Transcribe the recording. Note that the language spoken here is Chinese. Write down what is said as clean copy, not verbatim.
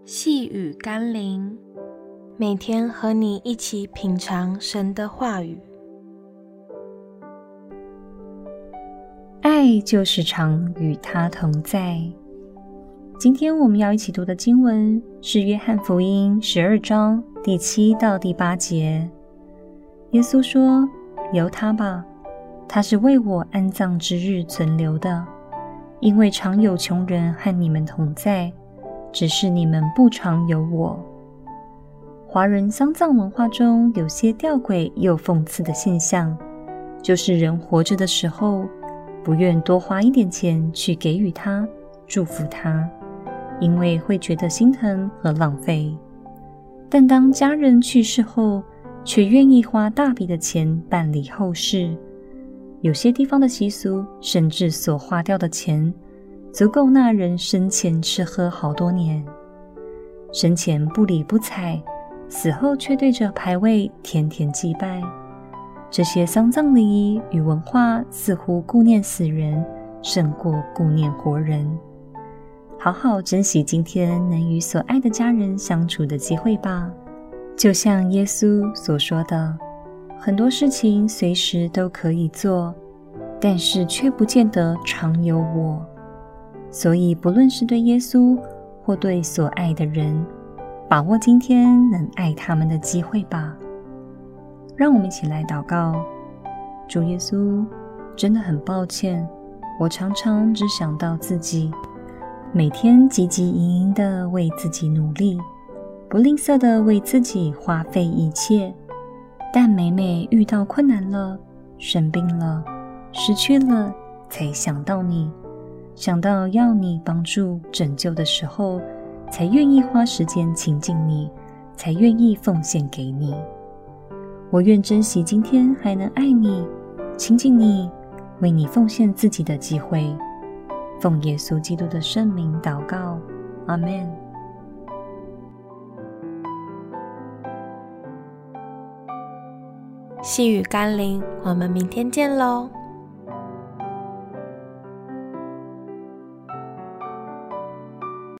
细雨甘霖，每天和你一起品尝神的话语。 爱就是常与他同在。今天我们要一起读的经文是约翰福音12章第7到第8节。耶稣说：由他吧，他是为我安葬之日存留的，因为常有穷人和你们同在，只是你们不常有我。华人丧葬文化中有些吊诡又讽刺的现象，就是人活着的时候不愿多花一点钱去给予他，祝福他，因为会觉得心疼和浪费。但当家人去世后，却愿意花大笔的钱办理后事。有些地方的习俗，甚至所花掉的钱足够那人生前吃喝好多年，生前不理不睬，死后却对着牌位天天祭拜。这些丧葬礼仪与文化似乎顾念死人胜过顾念活人。好好珍惜今天能与所爱的家人相处的机会吧。就像耶稣所说的，很多事情随时都可以做，但是却不见得常有我。所以不论是对耶稣或对所爱的人，把握今天能爱他们的机会吧。让我们一起来祷告。主耶稣，真的很抱歉，我常常只想到自己，每天汲汲营营地为自己努力，不吝啬地为自己花费一切，但每每遇到困难了，生病了，失去了，才想到你，想到要你帮助拯救的时候，才愿意花时间亲近你，才愿意奉献给你。我愿珍惜今天还能爱你，亲近你，为你奉献自己的机会。奉耶稣基督的圣名祷告，阿们。 细雨甘霖，我们明天见咯。